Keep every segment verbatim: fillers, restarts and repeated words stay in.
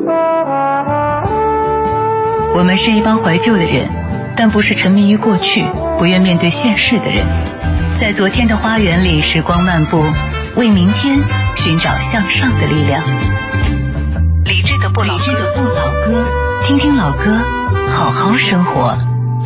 我们是一帮怀旧的人，但不是沉迷于过去不愿面对现实的人。在昨天的花园里时光漫步，为明天寻找向上的力量。理智的不老歌，听听老歌，好好生活。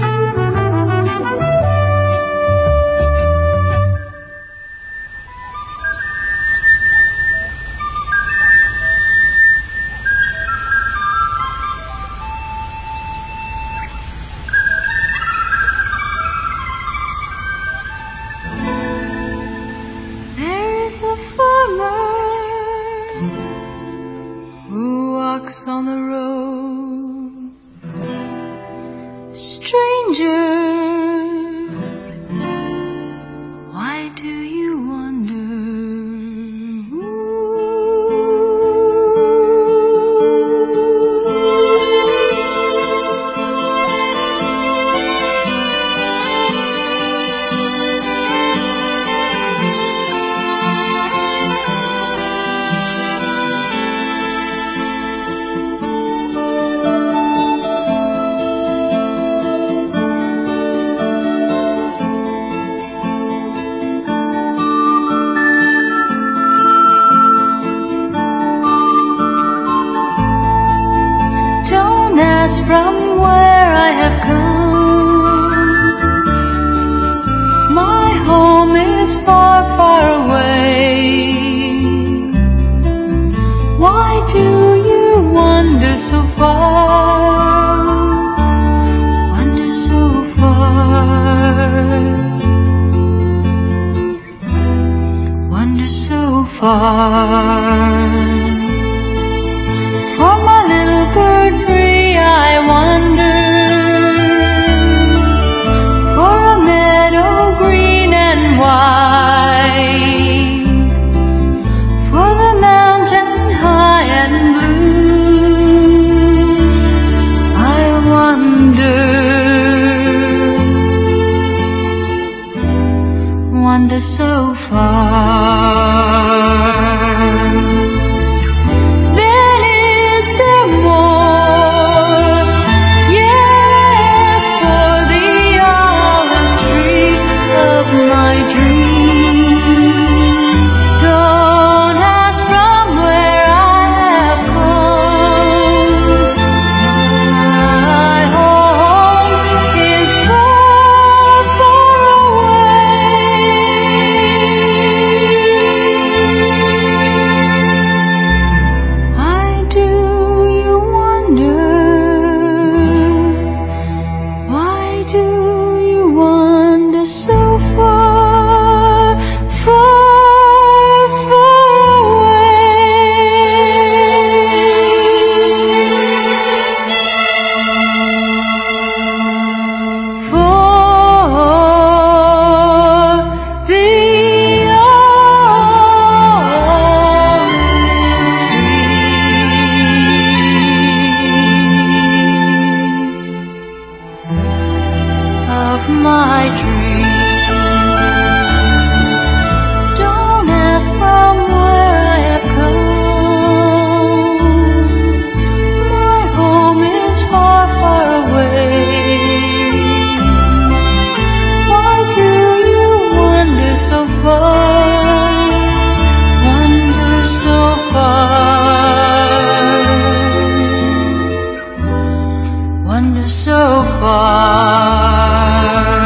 On the road, stranger, why do you wonder? From where I have come, my home is far, far away. Why do you wander so far, wander so far, wander so far? For my little bird free I wander, for a meadow green and wide, for the mountain high and blue I wander, wander so far. So far.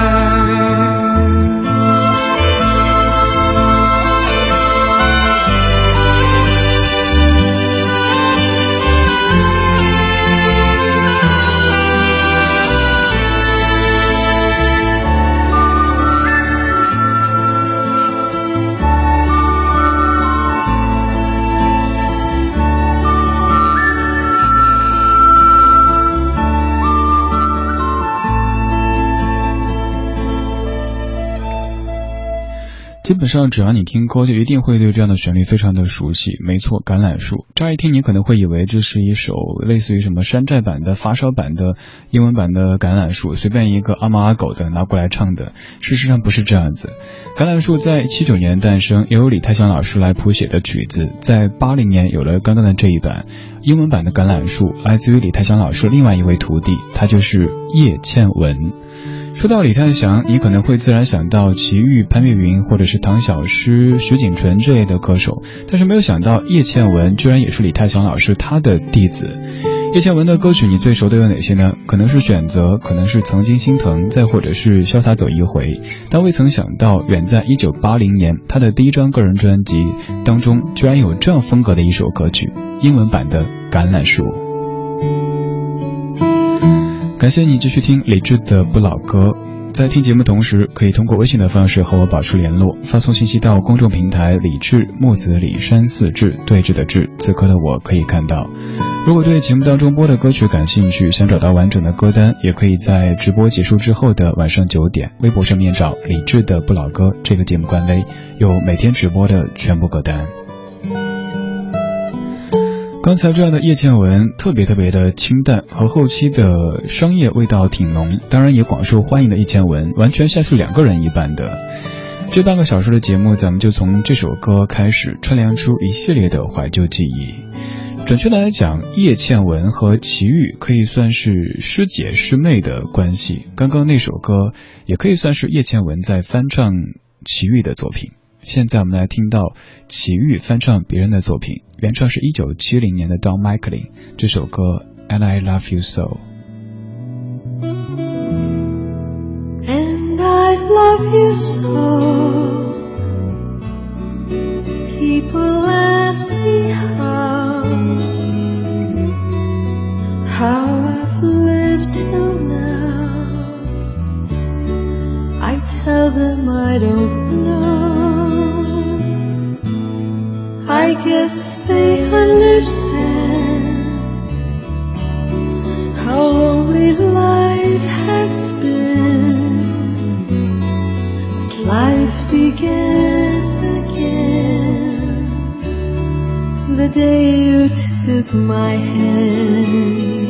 基本上只要你听歌就一定会对这样的旋律非常的熟悉。没错，橄榄树。乍一听你可能会以为这是一首类似于什么山寨版的发烧版的英文版的橄榄树，随便一个阿猫阿狗的拿过来唱的。事实上不是这样子。橄榄树在七九年诞生，也有李泰祥老师来谱写的曲子，在八零年有了刚刚的这一版。 英文版的橄榄树来自于李泰祥老师另外一位徒弟，他就是叶倩文。说到李泰祥，你可能会自然想到齐豫、潘越云或者是唐小诗、徐锦纯这类的歌手，但是没有想到叶倩文居然也是李泰祥老师他的弟子。叶倩文的歌曲你最熟的有哪些呢？可能是选择，可能是曾经心疼，再或者是潇洒走一回。但未曾想到远在一九八零年他的第一张个人专辑当中居然有这样风格的一首歌曲，英文版的橄榄树。感谢你继续听理智的不老歌。在听节目同时，可以通过微信的方式和我保持联络，发送信息到公众平台李智木子李山四智对峙的智，此刻的我可以看到。如果对节目当中播的歌曲感兴趣，想找到完整的歌单，也可以在直播结束之后的晚上九点微博上面找理智的不老歌这个节目官微，有每天直播的全部歌单。刚才这样的叶倩文特别特别的清淡，和后期的商业味道挺浓，当然也广受欢迎的叶倩文完全像是两个人一般的。这半个小时的节目，咱们就从这首歌开始串联出一系列的怀旧记忆。准确的来讲，叶倩文和齐豫可以算是师姐师妹的关系，刚刚那首歌也可以算是叶倩文在翻唱齐豫的作品。现在我们来听到齐豫翻唱别人的作品，原唱是一九七零年的 Don McLean， 这首歌 And I Love You So。 And I love you so. People ask me how How I've lived till now. I tell them I don't know. I guess they understand how lonely life has been. But life began again the day you took my hand.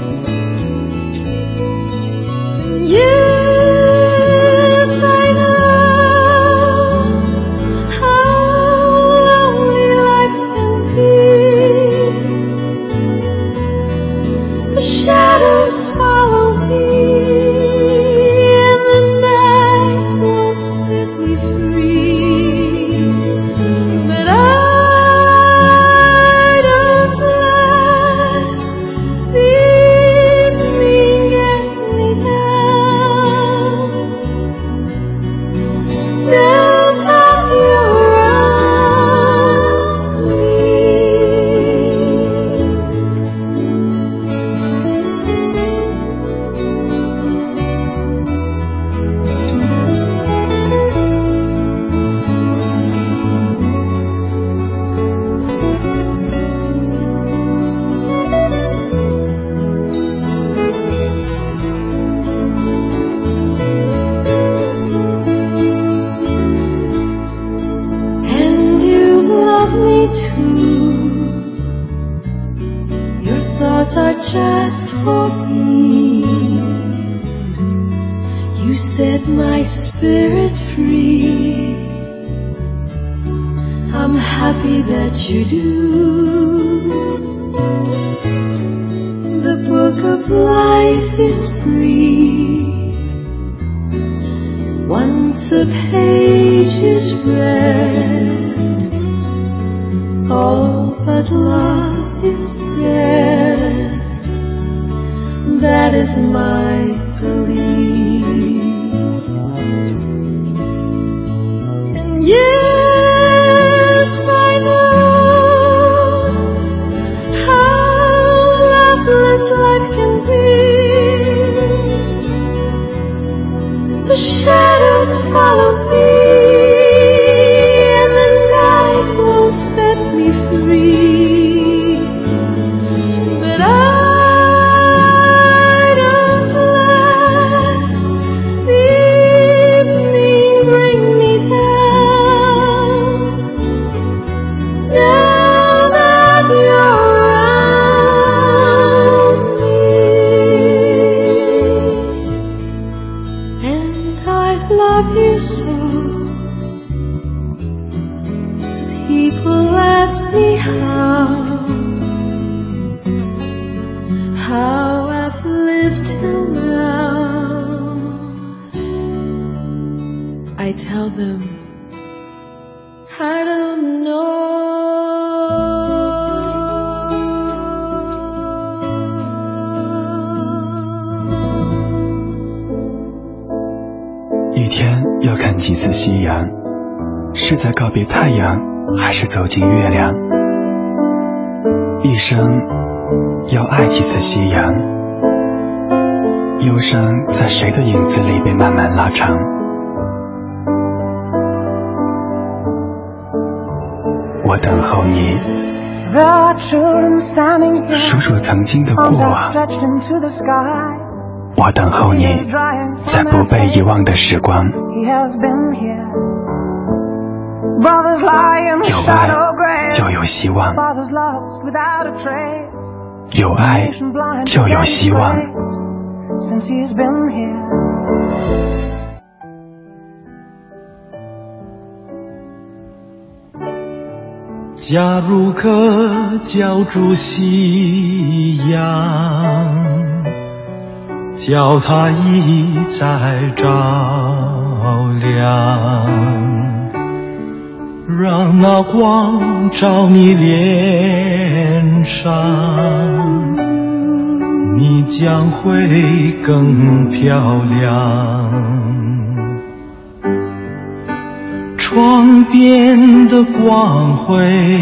Yes, I know how lonely life can be. The shadows follow me, and the night won't set me free. But I don't let the evening get me down. Now that you're around and you love me too. Your thoughts are just for me. You set my spirit free. I'm happy that you do. The book of life is free. Once a page is read, all but love is dead. That is my belief. And yes, I know how loveless life can be. The shadows follow me, and the night won't set me free. But I don't let the evening bring me down. Now that you're around me, and I love you so. how I've lived till now. I tell them I don't know. 一天要看几次夕阳，是在告别太阳，还是走进月亮？一生要爱几次夕阳？忧伤在谁的影子里被慢慢拉长？我等候你，数数曾经的过往。我等候你，在不被遗忘的时光。有爱就有希望，有爱就有希望。 假如可叫住夕阳，叫它一再照亮，让那光照你脸上，你将会更漂亮。窗边的光辉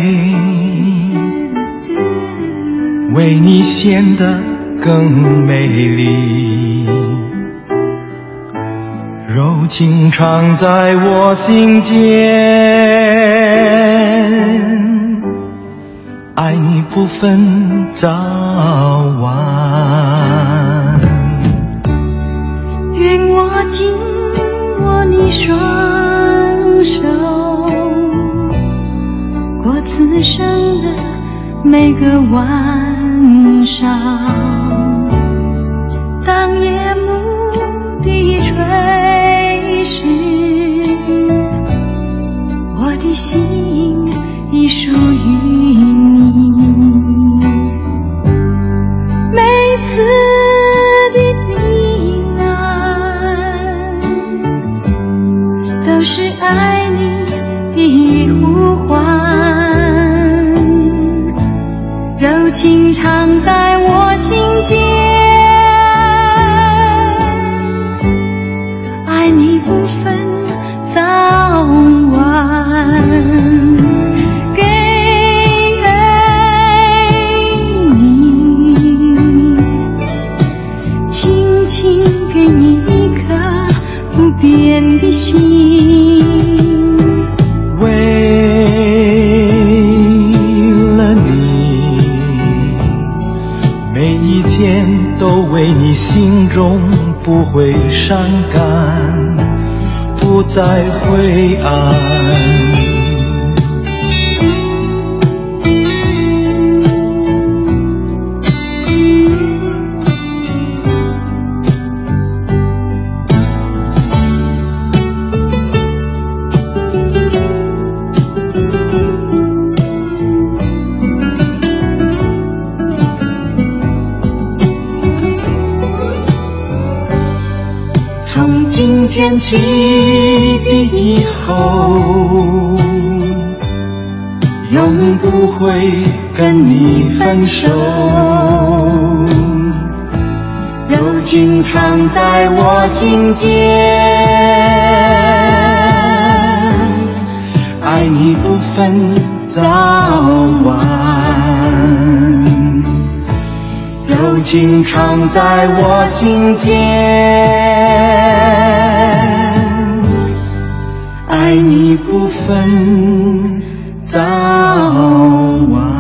为你显得更美丽，柔情常在我心间，爱你不分早晚。 愿我紧握你双手，过此生的每个晚上，当夜幕低垂时，我的心已属于你。每次的呢喃都是爱你的呼唤，柔情常在我心间，爱你不分早晚，给你，轻轻给你一颗不变的心。 为了你，每一天都为你心中不会伤感，不再灰暗。从今天起的以后，永不会跟你分手，柔情常在我心间，爱你不分早晚，柔情常在我心间，爱你不分早晚。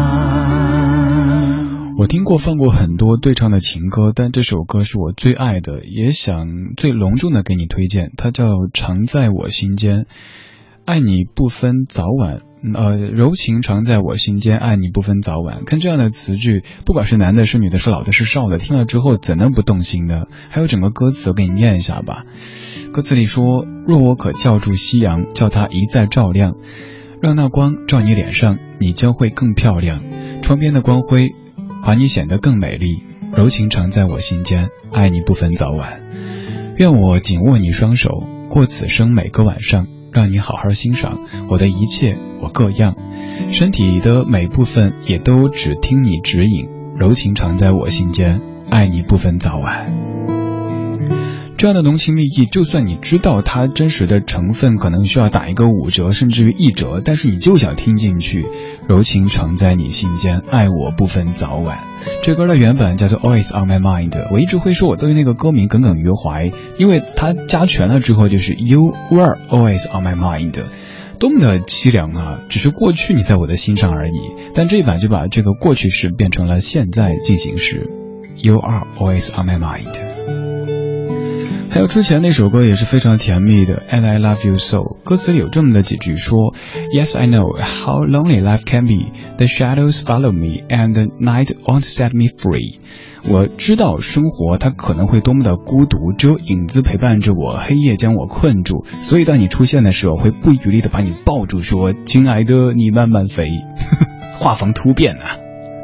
我听过放过很多对唱的情歌，但这首歌是我最爱的，也想最隆重的给你推荐，它叫《常在我心间》。爱你不分早晚，呃，柔情常在我心间，爱你不分早晚。看这样的词句，不管是男的是女的是老的是少的，听了之后怎能不动心呢？还有整个歌词我给你念一下吧。歌词里说，若我可叫住夕阳，叫它一再照亮，让那光照你脸上，你将会更漂亮。窗边的光辉把你显得更美丽， 柔情常在我心间，爱你不分早晚。愿我紧握你双手，过此生每个晚上，让你好好欣赏我的一切，我各样，身体的每部分也都只听你指引。柔情常在我心间，爱你不分早晚。这样的浓情蜜意，就算你知道它真实的成分可能需要打一个五折甚至于一折，但是你就想听进去。柔情常在你心间，爱我不分早晚。这歌的原版叫做 Always on my mind， 我一直会说我对那个歌名耿耿于怀，因为它加全了之后就是 You were always on my mind， 多么的凄凉啊，只是过去你在我的心上而已。但这一版就把这个过去式变成了现在进行时， You are always on my mind。还有之前那首歌也是非常甜蜜的 And I love you so， 歌词里有这么的几句说 Yes I know how lonely life can be， The shadows follow me and the night won't set me free。 我知道生活它可能会多么的孤独，只有影子陪伴着我，黑夜将我困住，所以当你出现的时候，我会不遗余力的把你抱住，说亲爱的你慢慢飞。画风突变啊。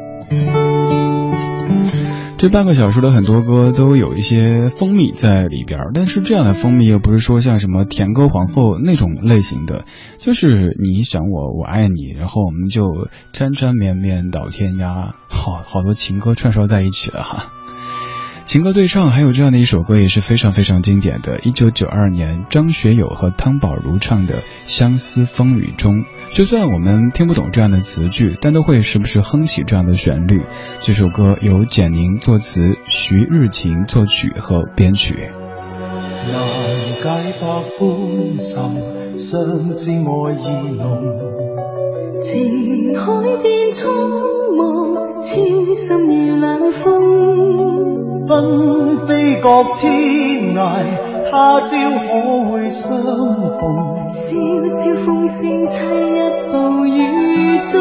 这半个小时的很多歌都有一些蜂蜜在里边，但是这样的蜂蜜又不是说像什么甜歌皇后那种类型的，就是你想我我爱你，然后我们就缠缠绵绵到天涯，好好多情歌串烧在一起了哈。情歌对唱还有这样的一首歌也是非常非常经典的，一九九二年张学友和汤宝如唱的《相思风雨中》，就算我们听不懂这样的词句，但都会时不时哼起这样的旋律。这首歌由简宁作词，徐日勤作曲和编曲。 難解百般愁，相知愛意濃， 情海變蒼茫，痴心如冷風。 奔飛各天涯，他朝可會相逢？ 笑笑風聲凄一暴雨中，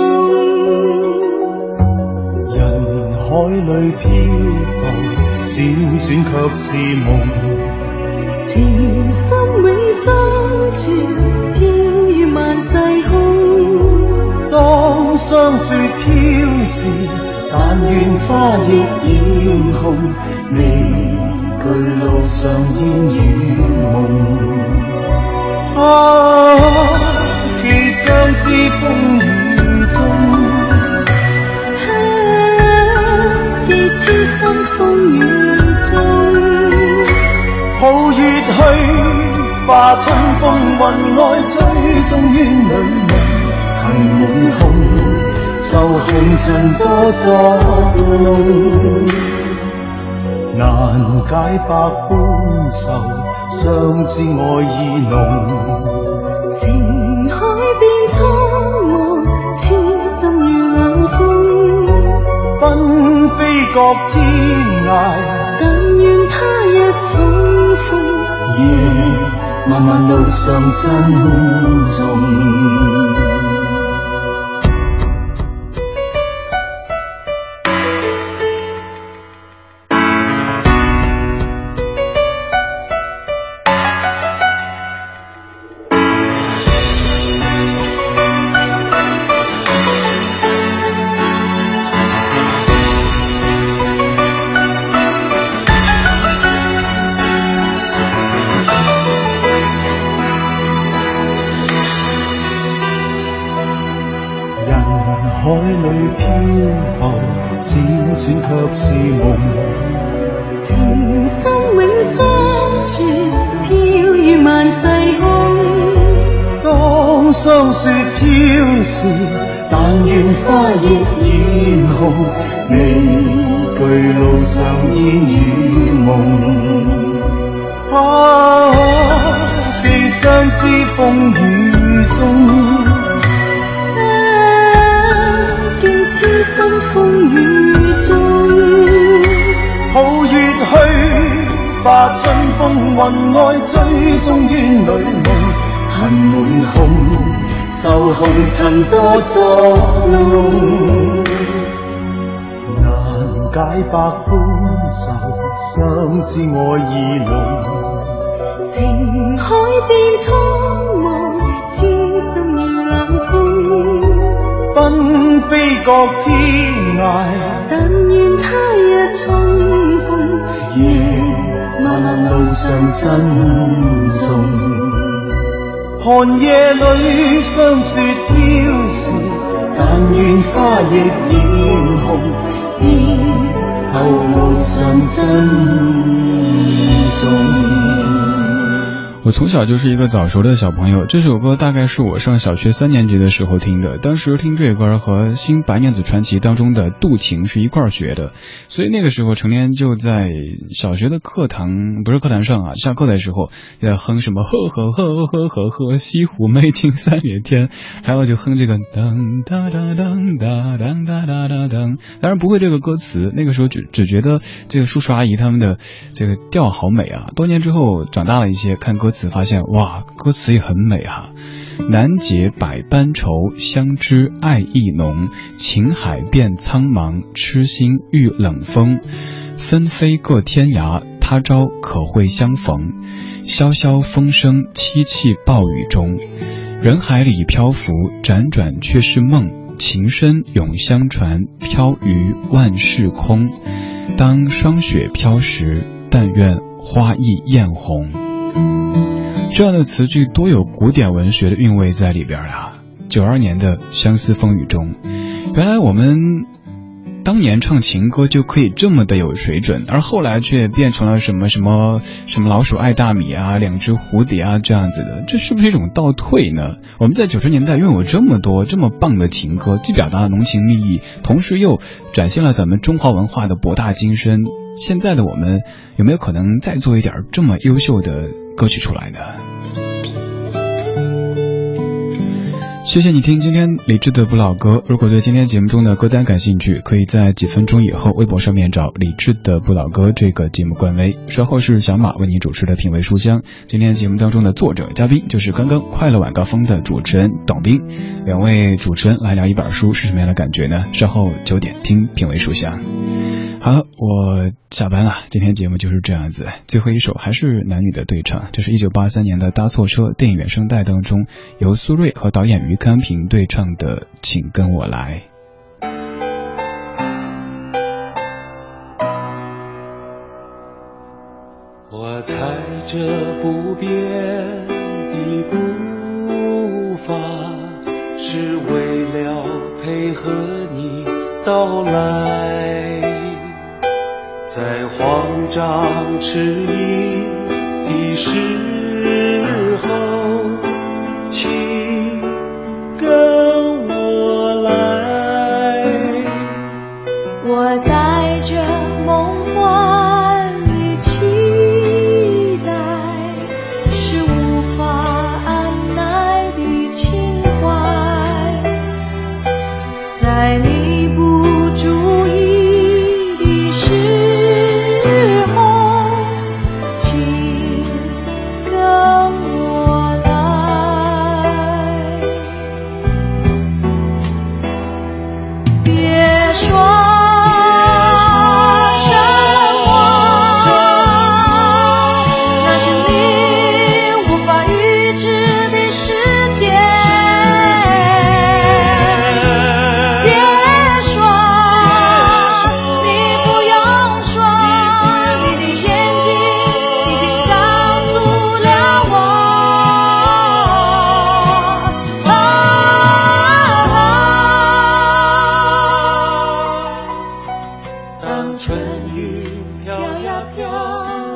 人海裏漂浮，輾轉卻是夢。 情深永相傳，飄於萬世空。 當霜雪飄時，但願花亦染紅，未懼路上煙與夢。啊，既相思風雨中， 啊，既痴心風雨中。 抱月去，化春風雲外，追蹤於女夢，恨滿胸，受紅塵多作弄，難解百般愁，相知愛意濃。 情海變蒼茫，痴心如冷風。 奔飛各天涯， 但願他日重逢。 夜漫漫路上珍重。海裏漂浮，輾轉卻是夢。 情深永相傳，飄於萬世空。 當霜雪飄時，但願花亦染紅，未懼路上煙與夢。啊，既相思風雨中。 痴心風雨中， 抱月去，化春風雲外，追蹤於女夢，恨滿胸，受紅塵多作弄，難解百般愁，相知愛意濃。 情海變蒼茫，痴心如冷風。 奔飛各天涯， 但願他日重珍重。寒夜里霜雪飘时，但願花亦染紅，以後路上珍重。 我从小就是一个早熟的小朋友，这首歌大概是我上小学三年级的时候听的，当时听这歌和《新白娘子传奇》当中的渡情是一块儿学的，所以那个时候成天就在小学的课堂，不是课堂上啊，下课的时候就在哼什么呵呵呵呵呵呵西湖美景三月天，还有就哼这个当哒哒当哒当哒哒哒当，当然不会这个歌词，那个时候只只觉得这个叔叔阿姨他们的这个调好美啊，多年之后长大了一些，看歌词发现哇，歌词也很美啊。难解百般愁，相知爱意浓，情海变苍茫，痴心遇冷风。纷飞各天涯，他朝可会相逢。萧萧风声，凄凄暴雨中。人海里漂浮，辗转却是梦。情深永相传，飘于万事空。当霜雪飘时，但愿花亦艳红。这样的词句多有古典文学的韵味在里边啊！九二年的《相思风雨中》，原来我们当年唱情歌就可以这么的有水准，而后来却变成了什么什么什么老鼠爱大米啊，两只蝴蝶啊这样子的，这是不是一种倒退呢？我们在九十年代拥有这么多这么棒的情歌，既表达了浓情蜜意，同时又展现了咱们中华文化的博大精深。现在的我们有没有可能再做一点这么优秀的歌曲出来呢？谢谢你听今天理智的不老歌，如果对今天节目中的歌单感兴趣，可以在几分钟以后微博上面找理智的不老歌这个节目官微，稍后是小马为你主持的品味书香。今天节目当中的作者嘉宾就是刚刚快乐晚高峰的主持人董斌，两位主持人来聊一本书是什么样的感觉呢？稍后九点听品味书香。好了，我下班了，今天节目就是这样子。最后一首还是男女的对唱，这是一九八三年的搭错车电影原声带当中由苏芮和导演于康平对唱的请跟我来。 我踩着不变的步伐，是为了配合你到来，在慌张迟疑的时候，请跟我来。 我带着梦幻的期待，是无法按耐的情怀，在你不注意的时候，请跟我来。别说春雨飘呀飘，